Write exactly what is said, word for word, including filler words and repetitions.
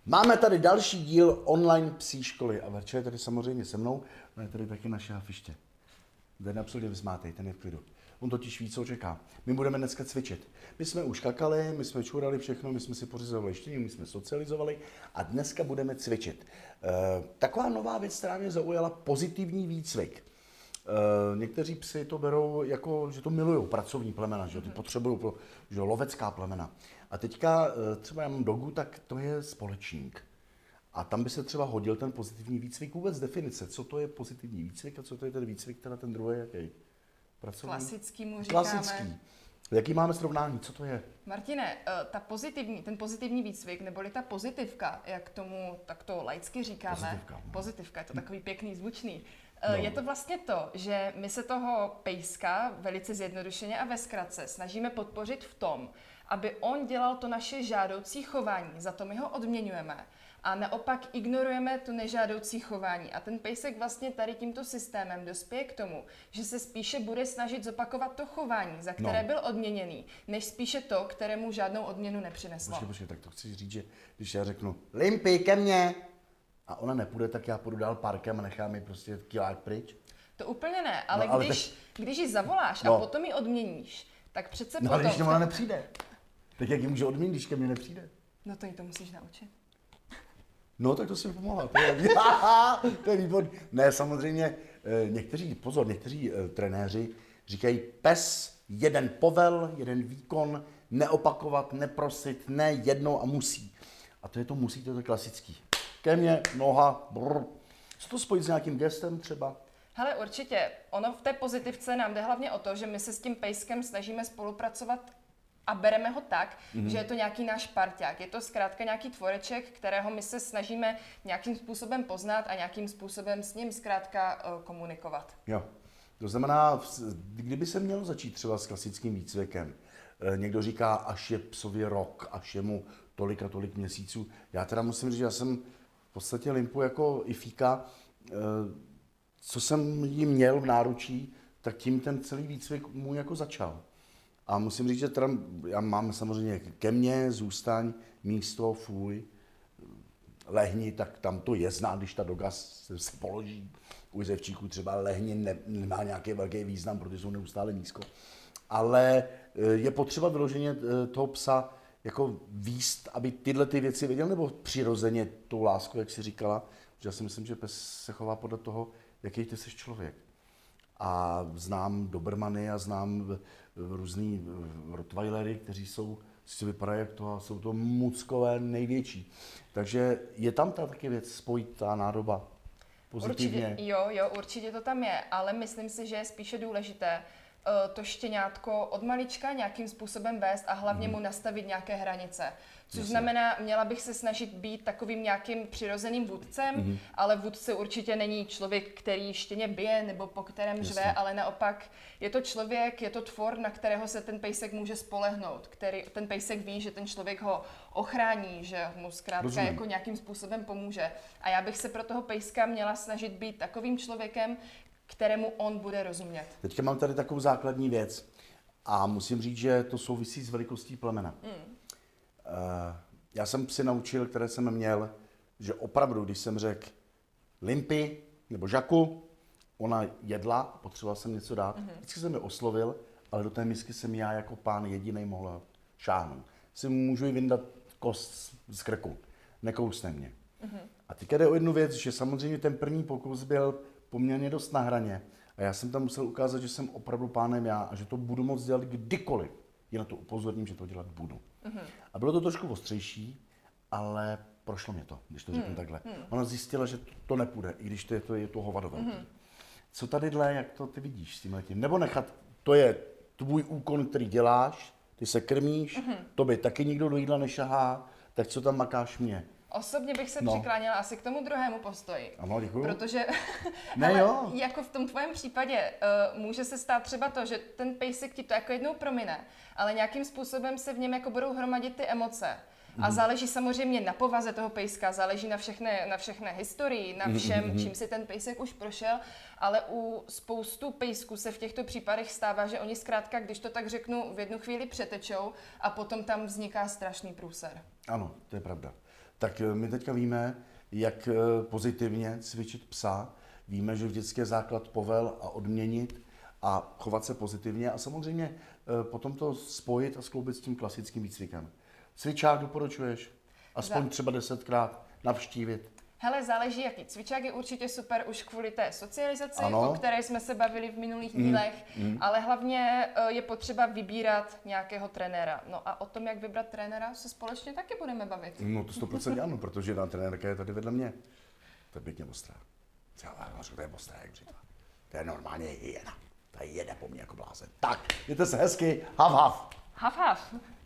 Máme tady další díl online psí školy a Verča je tady samozřejmě se mnou, ale je tady taky naše hafiště. Ten absolutně vysmátej, ten je v klidu. On totiž ví, co čeká. My budeme dneska cvičit. My jsme už kakali, my jsme čurali všechno, my jsme si pořizovali štění, my jsme socializovali a dneska budeme cvičit. E, taková nová věc, která mě zaujala, pozitivní výcvik. E, někteří psi to berou jako, že to milujou, pracovní plemena, že ty potřebují, že lovecká plemena. A teďka třeba já mám dogu, tak to je společník. A tam by se třeba hodil ten pozitivní výcvik, vůbec definice, co to je pozitivní výcvik a co to je ten výcvik, teda ten druhý, jaký? Pracovní? Klasický mu říkáme. Klasický. Jaký máme srovnání, co to je? Martine, ta pozitivní, ten pozitivní výcvik, neboli ta pozitivka, jak tomu takto laicky říkáme, Pozitivka, no. pozitivka, je to takový pěkný, zvučný. No. Je to vlastně to, že my se toho pejska velice zjednodušeně a ve zkratce snažíme podpořit v tom, aby on dělal to naše žádoucí chování, za to my ho odměňujeme. A naopak ignorujeme to nežádoucí chování. A ten pejsek vlastně tady tímto systémem dospěje k tomu, že se spíše bude snažit zopakovat to chování, za které no. byl odměněný, než spíše to, kterému žádnou odměnu nepřineslo. Počkej, počkej, tak to chci říct, že když já řeknu Limpy, ke mně, a ona nepůjde, tak já půjdu dál parkem a nechám ji prostě kilák pryč. To úplně ne, ale, no, ale když, tak... když ji zavoláš no. a potom ji odměníš, tak přece no, potom... ale když ona nepřijde, tak jak ji může odměnit, když ke mně nepřijde? No to jí to musíš naučit. No, tak to si mi pomohla. To je, to je výborný. Ne, samozřejmě, někteří, pozor, někteří trenéři říkají pes, jeden povel, jeden výkon, neopakovat, neprosit, ne jednou a musí. A to je to musí, to je to klasický. Ke mně, noha, brr. Co to spojit s nějakým gestem třeba? Hele, určitě. Ono v té pozitivce nám jde hlavně o to, že my se s tím pejskem snažíme spolupracovat a bereme ho tak, mm-hmm. že je to nějaký náš parťák. Je to zkrátka nějaký tvoreček, kterého my se snažíme nějakým způsobem poznat a nějakým způsobem s ním zkrátka uh, komunikovat. Jo. To znamená, kdyby se mělo začít třeba s klasickým výcvikem, někdo říká, až je psovi rok, až je mu tolik a tolik měsíců. Já teda musím říct, že já jsem v podstatě Limpu jako i Fíka, co jsem jí měl v náručí, tak tím ten celý výcvik můj jako začal. A musím říct, že teda já mám samozřejmě ke mně, zůstaň, místo, fuj, lehni, tak tam to je znát, když ta doga se, se položí. U zevčíků třeba lehni ne, nemá nějaký velký význam, protože jsou neustále nízko. Ale je potřeba vyloženě toho psa jako víst, aby tyhle ty věci věděl, nebo přirozeně tou lásku, jak jsi říkala, že já si myslím, že pes se chová podle toho, jaký ty jsi člověk. A znám dobermany a znám různý rottweilery, kteří jsou, si vypadají jak to a jsou to muckové největší. Takže je tam ta taky věc, spojit ta nádoba pozitivně? Určitě, jo, jo, určitě to tam je, ale myslím si, že je spíše důležité to štěňátko od malička nějakým způsobem vést a hlavně mu nastavit nějaké hranice. Což Jasně. znamená, měla bych se snažit být takovým nějakým přirozeným vůdcem, mm-hmm. ale vůdce určitě není člověk, který štěně bije nebo po kterém řve, ale naopak je to člověk, je to tvor, na kterého se ten pejsek může spolehnout, který ten pejsek ví, že ten člověk ho ochrání, že mu zkrátka Rozumím. jako nějakým způsobem pomůže. A já bych se pro toho pejska měla snažit být takovým člověkem, kterému on bude rozumět. Teďka mám tady takovou základní věc a musím říct, že to souvisí s velikostí plemena. Mm. Uh, já jsem psy naučil, které jsem měl, že opravdu, když jsem řekl Limpy nebo Žaku, ona jedla, potřeboval jsem něco dát, mm-hmm. vždycky jsem je oslovil, ale do té misky jsem já jako pán jedinej mohl šáhnout. Si můžu jí vyndat kost z krku, nekousne mě. Mm-hmm. A teďka jde o jednu věc, že samozřejmě ten první pokus byl poměrně dost na hraně. A já jsem tam musel ukázat, že jsem opravdu pánem já a že to budu moct dělat kdykoliv. Jen na to upozorním, že to dělat budu. Mm-hmm. A bylo to trošku ostřejší, ale prošlo mě to, když to řeknu mm. takhle. Mm. Ona zjistila, že to, to nepůjde, i když to je to, je to hovado velký. Mm-hmm. Co tadyhle, jak to ty vidíš s tímhletím? Nebo nechat, to je tvůj úkon, který děláš, ty se krmíš, mm-hmm. tobě taky nikdo do jídla nešahá, tak co tam makáš mě? Osobně bych se no. přikláněla asi k tomu druhému postoji. Ano, děkuju. Protože ne, ale jo. jako v tom tvém případě uh, může se stát třeba to, že ten pejsek ti to jako jednou promine, ale nějakým způsobem se v něm jako budou hromadit ty emoce. A záleží samozřejmě na povaze toho pejska, záleží na všechny, na všechny historii, na všem, čím si ten pejsek už prošel, ale u spoustu pejsků se v těchto případech stává, že oni zkrátka, když to tak řeknu, v jednu chvíli přetečou a potom tam vzniká strašný průser. Ano, to je pravda. tak my teďka víme, jak pozitivně cvičit psa. Víme, že vždycky je základ povel a odměnit a chovat se pozitivně a samozřejmě potom to spojit a skloubit s tím klasickým výcvikem. Cvičák doporučuješ? Aspoň Za... třeba desetkrát navštívit. Hele, záleží, jaký cvičák je určitě super už kvůli té socializaci, ano. o které jsme se bavili v minulých dílech, mm, mm. ale hlavně je potřeba vybírat nějakého trenéra. No a o tom, jak vybrat trenéra, se společně taky budeme bavit. No to sto procent ano, protože ta trenérka je tady vedle mě. To je pěkně ostrá. To je ostrá, jak říká. To je normálně hyena. Ta jede po mně jako blázen. Tak, mějte se hezky. Hav, hav. Hav, hav.